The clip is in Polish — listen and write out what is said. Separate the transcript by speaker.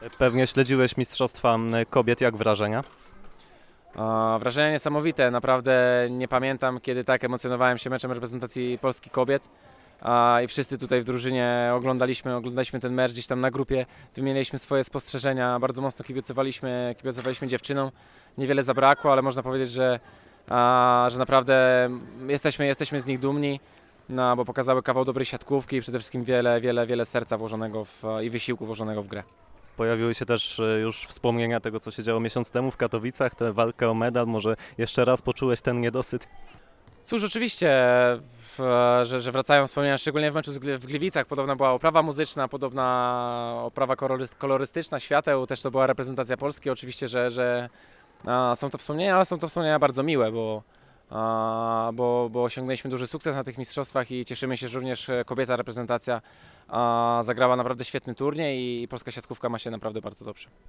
Speaker 1: Pewnie śledziłeś Mistrzostwa Kobiet, jak wrażenia?
Speaker 2: Wrażenia niesamowite, naprawdę nie pamiętam, kiedy tak emocjonowałem się meczem reprezentacji Polski kobiet. I wszyscy tutaj w drużynie oglądaliśmy ten mecz gdzieś tam na grupie, wymienialiśmy swoje spostrzeżenia, bardzo mocno kibicowaliśmy dziewczynom. Niewiele zabrakło, ale można powiedzieć, że naprawdę jesteśmy z nich dumni, no, bo pokazały kawał dobrej siatkówki i przede wszystkim wiele serca włożonego i wysiłku włożonego w grę.
Speaker 1: Pojawiły się też już wspomnienia tego, co się działo miesiąc temu w Katowicach, tę walkę o medal. Może jeszcze raz poczułeś ten niedosyt?
Speaker 2: Cóż, oczywiście, że wracają wspomnienia, szczególnie w meczu w Gliwicach. Podobna była oprawa muzyczna, podobna oprawa kolorystyczna, świateł, też to była reprezentacja Polski. Oczywiście, że są to wspomnienia, ale są to wspomnienia bardzo miłe, bo osiągnęliśmy duży sukces na tych mistrzostwach i cieszymy się, że również kobieca reprezentacja zagrała naprawdę świetny turniej i polska siatkówka ma się naprawdę bardzo dobrze.